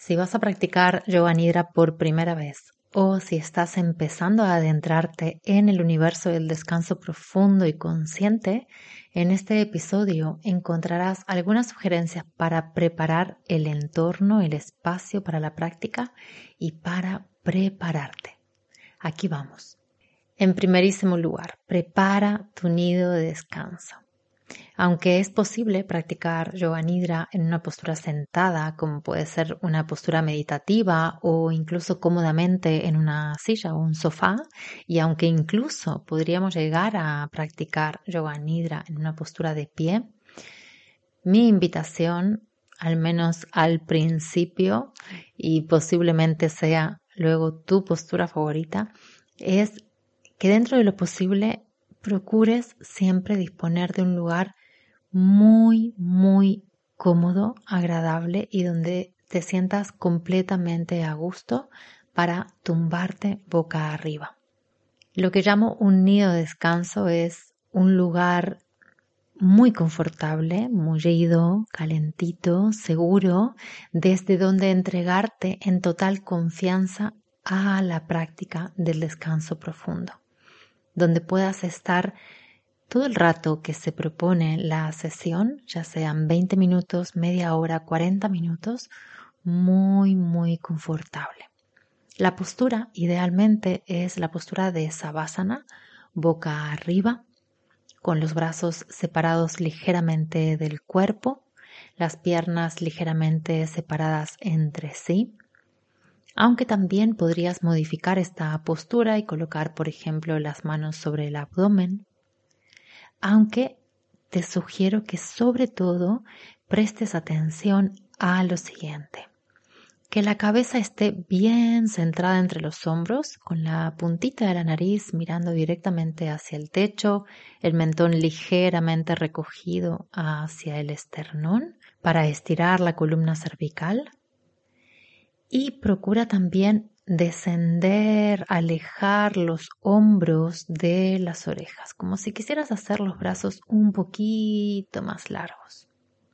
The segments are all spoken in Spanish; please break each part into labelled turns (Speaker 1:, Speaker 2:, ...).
Speaker 1: Si vas a practicar Yoga Nidra por primera vez o si estás empezando a adentrarte en el universo del descanso profundo y consciente, en este episodio encontrarás algunas sugerencias para preparar el entorno, el espacio para la práctica y para prepararte. Aquí vamos. En primerísimo lugar, prepara tu nido de descanso. Aunque es posible practicar Yoga Nidra en una postura sentada, como puede ser una postura meditativa o incluso cómodamente en una silla o un sofá, y aunque incluso podríamos llegar a practicar Yoga Nidra en una postura de pie, mi invitación, al menos al principio, y posiblemente sea luego tu postura favorita, es que dentro de lo posible procures siempre disponer de un lugar muy cómodo, agradable y donde te sientas completamente a gusto para tumbarte boca arriba. Lo que llamo un nido de descanso es un lugar muy confortable, mullido, calentito, seguro, desde donde entregarte en total confianza a la práctica del descanso profundo, donde puedas estar todo el rato que se propone la sesión, ya sean 20 minutos, media hora, 40 minutos, muy confortable. La postura idealmente es la postura de Savasana, boca arriba, con los brazos separados ligeramente del cuerpo, las piernas ligeramente separadas entre sí. Aunque también podrías modificar esta postura y colocar, por ejemplo, las manos sobre el abdomen. Aunque te sugiero que sobre todo prestes atención a lo siguiente. Que la cabeza esté bien centrada entre los hombros, con la puntita de la nariz mirando directamente hacia el techo, el mentón ligeramente recogido hacia el esternón para estirar la columna cervical. Y procura también descender, alejar los hombros de las orejas, como si quisieras hacer los brazos un poquito más largos.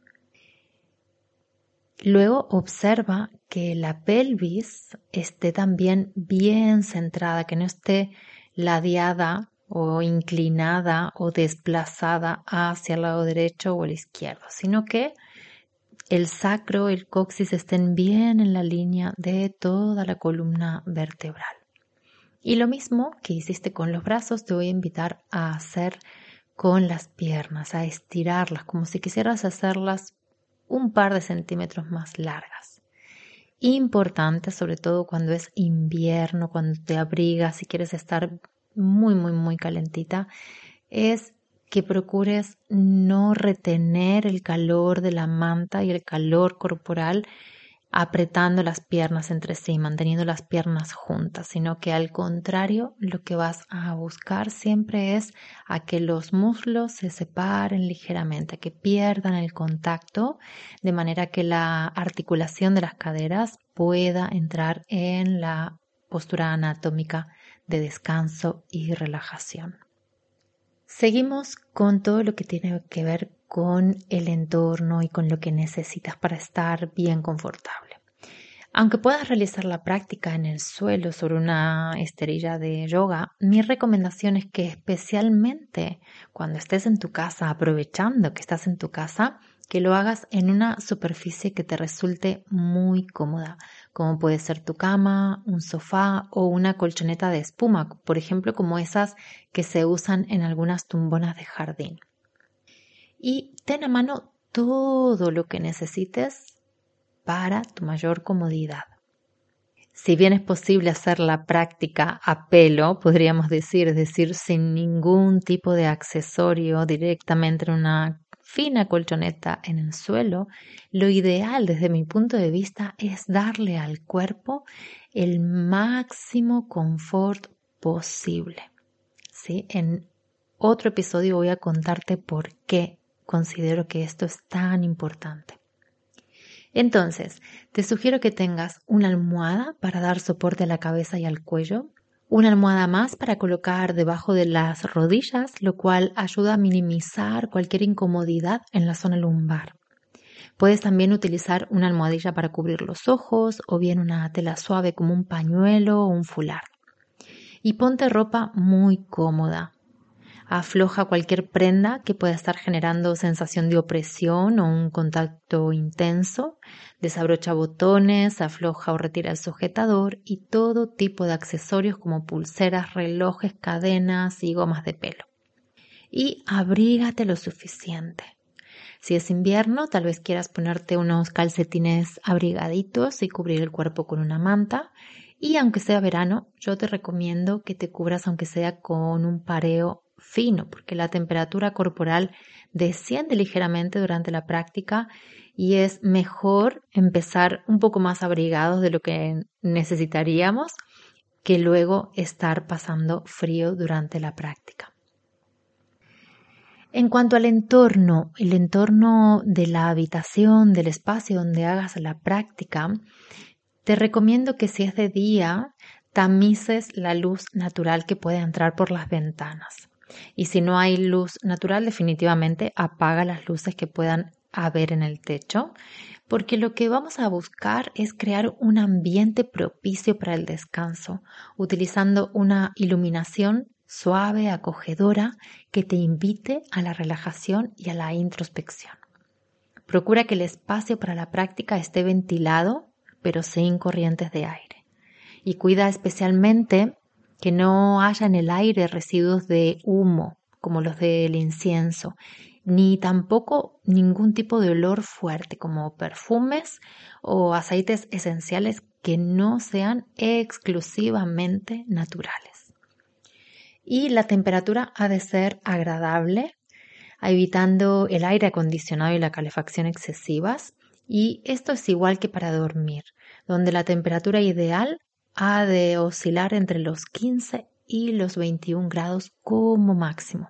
Speaker 1: Luego observa que la pelvis esté también bien centrada, que no esté ladeada o inclinada o desplazada hacia el lado derecho o el izquierdo, sino que el sacro, el coxis estén bien en la línea de toda la columna vertebral. Y lo mismo que hiciste con los brazos, te voy a invitar a hacer con las piernas, a estirarlas, como si quisieras hacerlas un par de centímetros más largas. Importante, sobre todo cuando es invierno, cuando te abrigas y quieres estar muy calentita, es que procures no retener el calor de la manta y el calor corporal apretando las piernas entre sí, manteniendo las piernas juntas, sino que al contrario, lo que vas a buscar siempre es a que los muslos se separen ligeramente, a que pierdan el contacto, de manera que la articulación de las caderas pueda entrar en la postura anatómica de descanso y relajación. Seguimos con todo lo que tiene que ver con el entorno y con lo que necesitas para estar bien confortable. Aunque puedas realizar la práctica en el suelo sobre una esterilla de yoga, mi recomendación es que especialmente cuando estés en tu casa, aprovechando que estás en tu casa, que lo hagas en una superficie que te resulte muy cómoda, como puede ser tu cama, un sofá o una colchoneta de espuma, por ejemplo, como esas que se usan en algunas tumbonas de jardín. Y ten a mano todo lo que necesites para tu mayor comodidad. Si bien es posible hacer la práctica a pelo, podríamos decir, es decir, sin ningún tipo de accesorio directamente en una fina colchoneta en el suelo, lo ideal desde mi punto de vista es darle al cuerpo el máximo confort posible. ¿Sí? En otro episodio voy a contarte por qué considero que esto es tan importante. Entonces, te sugiero que tengas una almohada para dar soporte a la cabeza y al cuello, una almohada más para colocar debajo de las rodillas, lo cual ayuda a minimizar cualquier incomodidad en la zona lumbar. Puedes también utilizar una almohadilla para cubrir los ojos o bien una tela suave como un pañuelo o un fular. Y ponte ropa muy cómoda. Afloja cualquier prenda que pueda estar generando sensación de opresión o un contacto intenso. Desabrocha botones, afloja o retira el sujetador y todo tipo de accesorios como pulseras, relojes, cadenas y gomas de pelo. Y abrígate lo suficiente. Si es invierno, tal vez quieras ponerte unos calcetines abrigaditos y cubrir el cuerpo con una manta. Y aunque sea verano, yo te recomiendo que te cubras aunque sea con un pareo fino, porque la temperatura corporal desciende ligeramente durante la práctica y es mejor empezar un poco más abrigados de lo que necesitaríamos que luego estar pasando frío durante la práctica. En cuanto al entorno, el entorno de la habitación, del espacio donde hagas la práctica, te recomiendo que si es de día, tamices la luz natural que puede entrar por las ventanas. Y si no hay luz natural, definitivamente apaga las luces que puedan haber en el techo, porque lo que vamos a buscar es crear un ambiente propicio para el descanso, utilizando una iluminación suave, acogedora, que te invite a la relajación y a la introspección. Procura que el espacio para la práctica esté ventilado, pero sin corrientes de aire. Y cuida especialmente que no haya en el aire residuos de humo, como los del incienso, ni tampoco ningún tipo de olor fuerte, como perfumes o aceites esenciales que no sean exclusivamente naturales. Y la temperatura ha de ser agradable, evitando el aire acondicionado y la calefacción excesivas. Y esto es igual que para dormir, donde la temperatura ideal ha de oscilar entre los 15 y los 21 grados como máximo.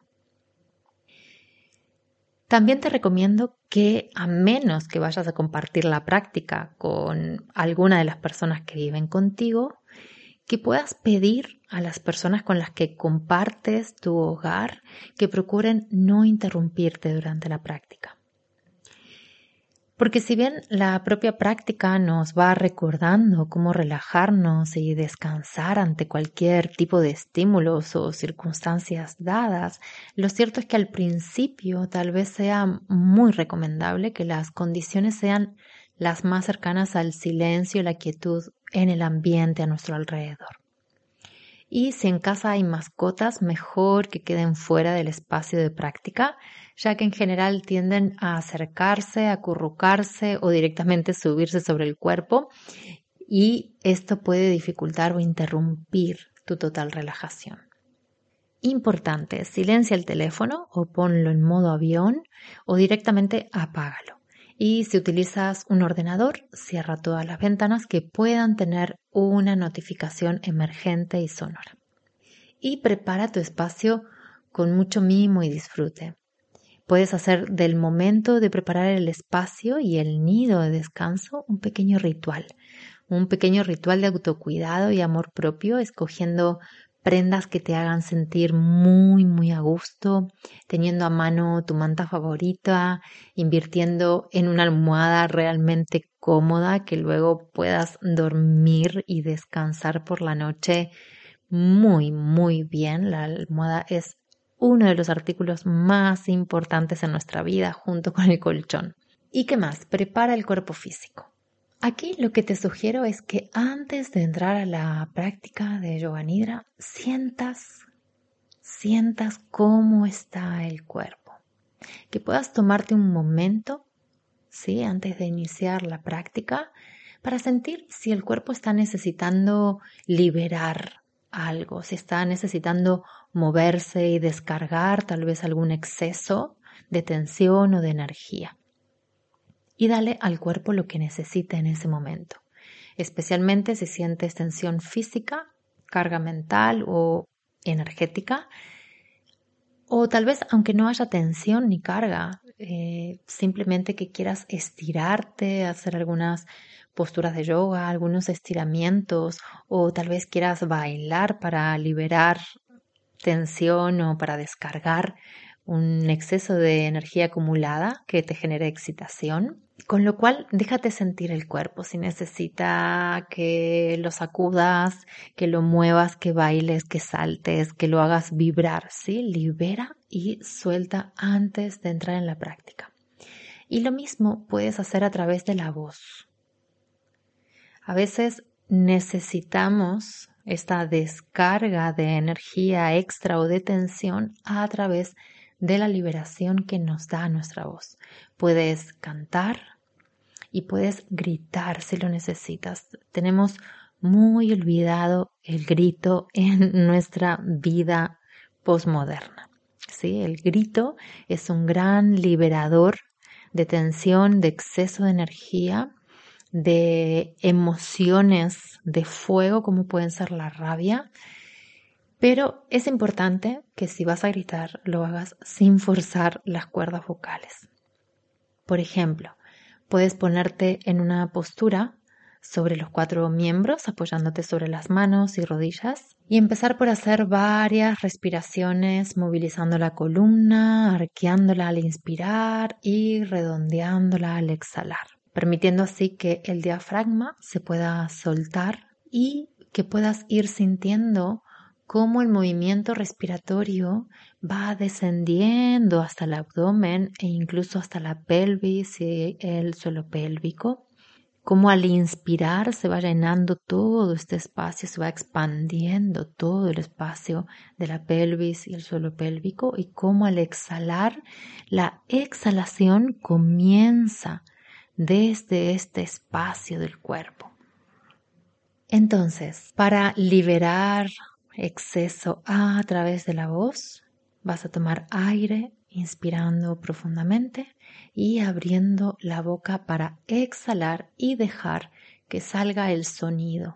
Speaker 1: También te recomiendo que, a menos que vayas a compartir la práctica con alguna de las personas que viven contigo, que puedas pedir a las personas con las que compartes tu hogar que procuren no interrumpirte durante la práctica. Porque si bien la propia práctica nos va recordando cómo relajarnos y descansar ante cualquier tipo de estímulos o circunstancias dadas, lo cierto es que al principio tal vez sea muy recomendable que las condiciones sean las más cercanas al silencio y la quietud en el ambiente a nuestro alrededor. Y si en casa hay mascotas, mejor que queden fuera del espacio de práctica, ya que en general tienden a acercarse, acurrucarse o directamente subirse sobre el cuerpo, y esto puede dificultar o interrumpir tu total relajación. Importante, silencia el teléfono o ponlo en modo avión o directamente apágalo. Y si utilizas un ordenador, cierra todas las ventanas que puedan tener una notificación emergente y sonora. Y prepara tu espacio con mucho mimo y disfrute. Puedes hacer del momento de preparar el espacio y el nido de descanso un pequeño ritual de autocuidado y amor propio, escogiendo prendas que te hagan sentir muy, muy a gusto, teniendo a mano tu manta favorita, invirtiendo en una almohada realmente cómoda que luego puedas dormir y descansar por la noche muy, muy bien. La almohada es uno de los artículos más importantes en nuestra vida junto con el colchón. ¿Y qué más? Prepara el cuerpo físico. Aquí lo que te sugiero es que antes de entrar a la práctica de Yoga Nidra, sientas cómo está el cuerpo. Que puedas tomarte un momento, ¿sí? Antes de iniciar la práctica, para sentir si el cuerpo está necesitando liberar algo, si está necesitando moverse y descargar tal vez algún exceso de tensión o de energía. Y dale al cuerpo lo que necesite en ese momento, especialmente si sientes tensión física, carga mental o energética, o tal vez aunque no haya tensión ni carga, simplemente que quieras estirarte, hacer algunas posturas de yoga, algunos estiramientos, o tal vez quieras bailar para liberar tensión o para descargar un exceso de energía acumulada que te genere excitación. Con lo cual, déjate sentir el cuerpo. Si necesita que lo sacudas, que lo muevas, que bailes, que saltes, que lo hagas vibrar, ¿sí? Libera y suelta antes de entrar en la práctica. Y lo mismo puedes hacer a través de la voz. A veces necesitamos esta descarga de energía extra o de tensión a través de la liberación que nos da nuestra voz. Puedes cantar y puedes gritar si lo necesitas. Tenemos muy olvidado el grito en nuestra vida posmoderna. ¿Sí? El grito es un gran liberador de tensión, de exceso de energía, de emociones de fuego como pueden ser la rabia, pero es importante que si vas a gritar lo hagas sin forzar las cuerdas vocales. Por ejemplo, puedes ponerte en una postura sobre los 4 miembros, apoyándote sobre las manos y rodillas, y empezar por hacer varias respiraciones, movilizando la columna, arqueándola al inspirar y redondeándola al exhalar, permitiendo así que el diafragma se pueda soltar y que puedas ir sintiendo cómo el movimiento respiratorio va descendiendo hasta el abdomen e incluso hasta la pelvis y el suelo pélvico. Cómo al inspirar se va llenando todo este espacio, se va expandiendo todo el espacio de la pelvis y el suelo pélvico, y cómo al exhalar, la exhalación comienza desde este espacio del cuerpo. Entonces, para liberar exceso a través de la voz, vas a tomar aire inspirando profundamente y abriendo la boca para exhalar y dejar que salga el sonido.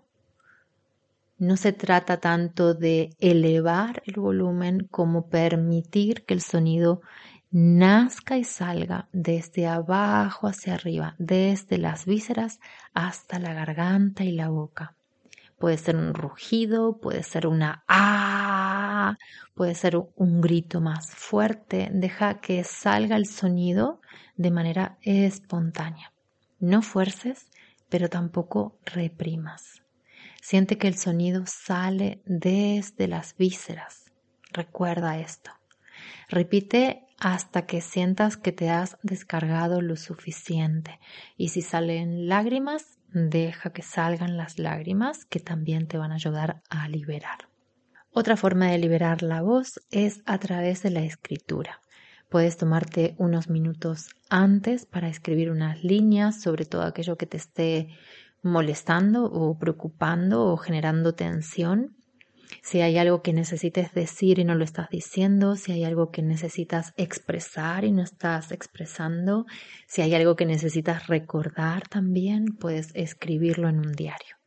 Speaker 1: No se trata tanto de elevar el volumen como permitir que el sonido nazca y salga desde abajo hacia arriba, desde las vísceras hasta la garganta y la boca. Puede ser un rugido, puede ser una ¡ah!, puede ser un grito más fuerte. Deja que salga el sonido de manera espontánea. No fuerces, pero tampoco reprimas. Siente que el sonido sale desde las vísceras. Recuerda esto. Repite hasta que sientas que te has descargado lo suficiente. Y si salen lágrimas, deja que salgan las lágrimas, que también te van a ayudar a liberar. Otra forma de liberar la voz es a través de la escritura. Puedes tomarte unos minutos antes para escribir unas líneas sobre todo aquello que te esté molestando o preocupando o generando tensión. Si hay algo que necesites decir y no lo estás diciendo, si hay algo que necesitas expresar y no estás expresando, si hay algo que necesitas recordar también, puedes escribirlo en un diario.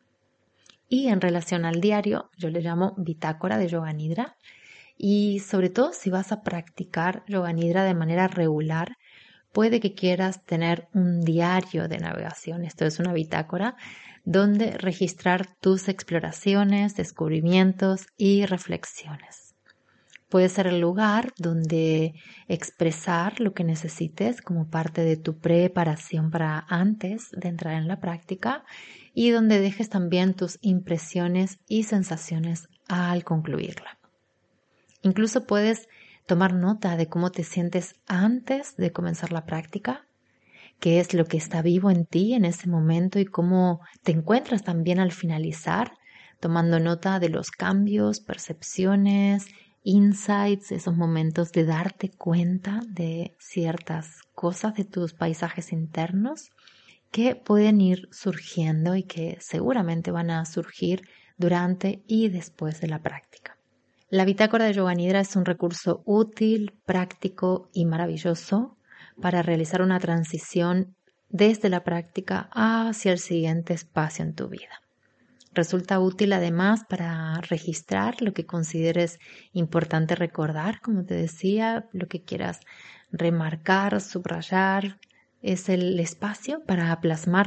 Speaker 1: Y en relación al diario, yo le llamo bitácora de Yoga Nidra, y sobre todo si vas a practicar Yoga Nidra de manera regular, puede que quieras tener un diario de navegación. Esto es una bitácora donde registrar tus exploraciones, descubrimientos y reflexiones. Puede ser el lugar donde expresar lo que necesites como parte de tu preparación para antes de entrar en la práctica, y donde dejes también tus impresiones y sensaciones al concluirla. Incluso puedes tomar nota de cómo te sientes antes de comenzar la práctica, qué es lo que está vivo en ti en ese momento y cómo te encuentras también al finalizar, tomando nota de los cambios, percepciones, insights, esos momentos de darte cuenta de ciertas cosas de tus paisajes internos que pueden ir surgiendo y que seguramente van a surgir durante y después de la práctica. La bitácora de Yoga Nidra es un recurso útil, práctico y maravilloso para realizar una transición desde la práctica hacia el siguiente espacio en tu vida. Resulta útil además para registrar lo que consideres importante recordar, como te decía, lo que quieras remarcar, subrayar. Es el espacio para plasmar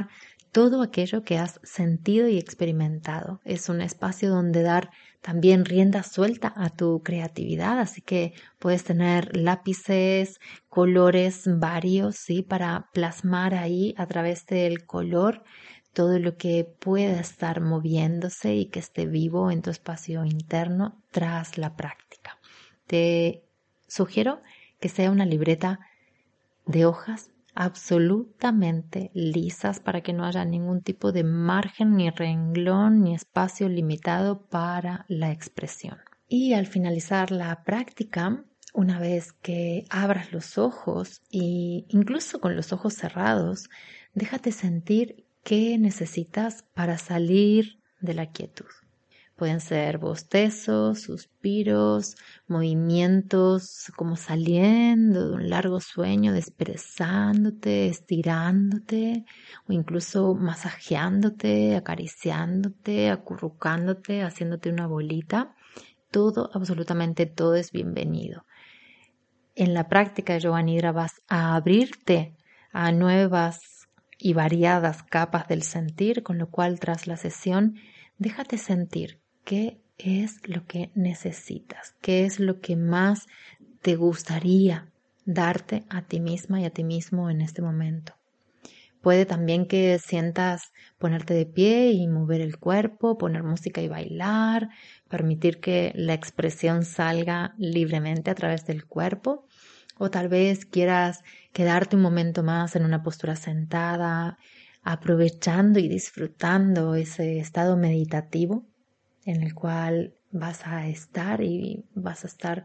Speaker 1: todo aquello que has sentido y experimentado. Es un espacio donde dar también rienda suelta a tu creatividad, así que puedes tener lápices, colores varios, ¿sí? Para plasmar ahí a través del color todo lo que pueda estar moviéndose y que esté vivo en tu espacio interno tras la práctica. Te sugiero que sea una libreta de hojas absolutamente lisas para que no haya ningún tipo de margen, ni renglón, ni espacio limitado para la expresión. Y al finalizar la práctica, una vez que abras los ojos e incluso con los ojos cerrados, déjate sentir qué necesitas para salir de la quietud. Pueden ser bostezos, suspiros, movimientos como saliendo de un largo sueño, desperezándote, estirándote o incluso masajeándote, acariciándote, acurrucándote, haciéndote una bolita. Todo, absolutamente todo es bienvenido. En la práctica de Yoga Nidra vas a abrirte a nuevas y variadas capas del sentir, con lo cual tras la sesión déjate sentir qué es lo que necesitas, qué es lo que más te gustaría darte a ti misma y a ti mismo en este momento. Puede también que sientas ponerte de pie y mover el cuerpo, poner música y bailar, permitir que la expresión salga libremente a través del cuerpo. O tal vez quieras quedarte un momento más en una postura sentada, aprovechando y disfrutando ese estado meditativo en el cual vas a estar y vas a estar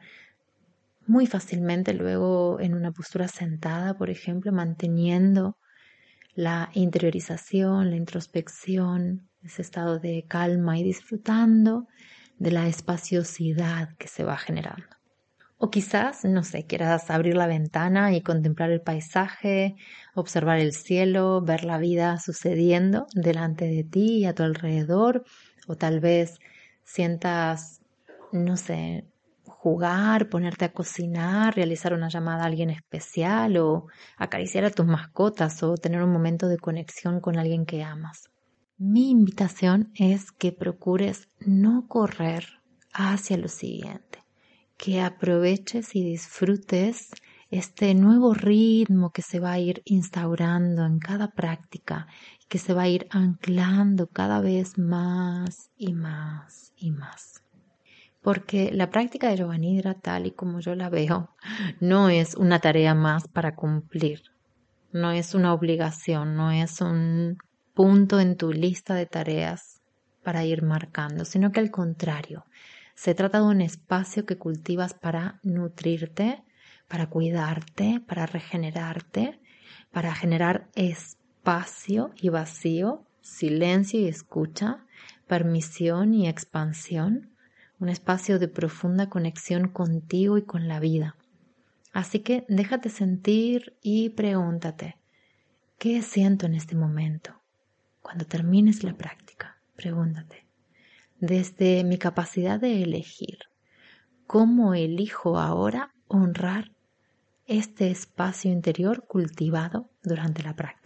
Speaker 1: muy fácilmente luego en una postura sentada, por ejemplo, manteniendo la interiorización, la introspección, ese estado de calma y disfrutando de la espaciosidad que se va generando. O quizás, no sé, quieras abrir la ventana y contemplar el paisaje, observar el cielo, ver la vida sucediendo delante de ti y a tu alrededor, o tal vez sientas, no sé, jugar, ponerte a cocinar, realizar una llamada a alguien especial o acariciar a tus mascotas o tener un momento de conexión con alguien que amas. Mi invitación es que procures no correr hacia lo siguiente, que aproveches y disfrutes este nuevo ritmo que se va a ir instaurando en cada práctica, que se va a ir anclando cada vez más y más y más. Porque la práctica de Yoga Nidra, tal y como yo la veo, no es una tarea más para cumplir, no es una obligación, no es un punto en tu lista de tareas para ir marcando, sino que al contrario, se trata de un espacio que cultivas para nutrirte, para cuidarte, para regenerarte, para generar espacio y vacío, silencio y escucha, permisión y expansión, un espacio de profunda conexión contigo y con la vida. Así que déjate sentir y pregúntate, ¿qué siento en este momento? Cuando termines la práctica, pregúntate, desde mi capacidad de elegir, ¿cómo elijo ahora honrar este espacio interior cultivado durante la práctica?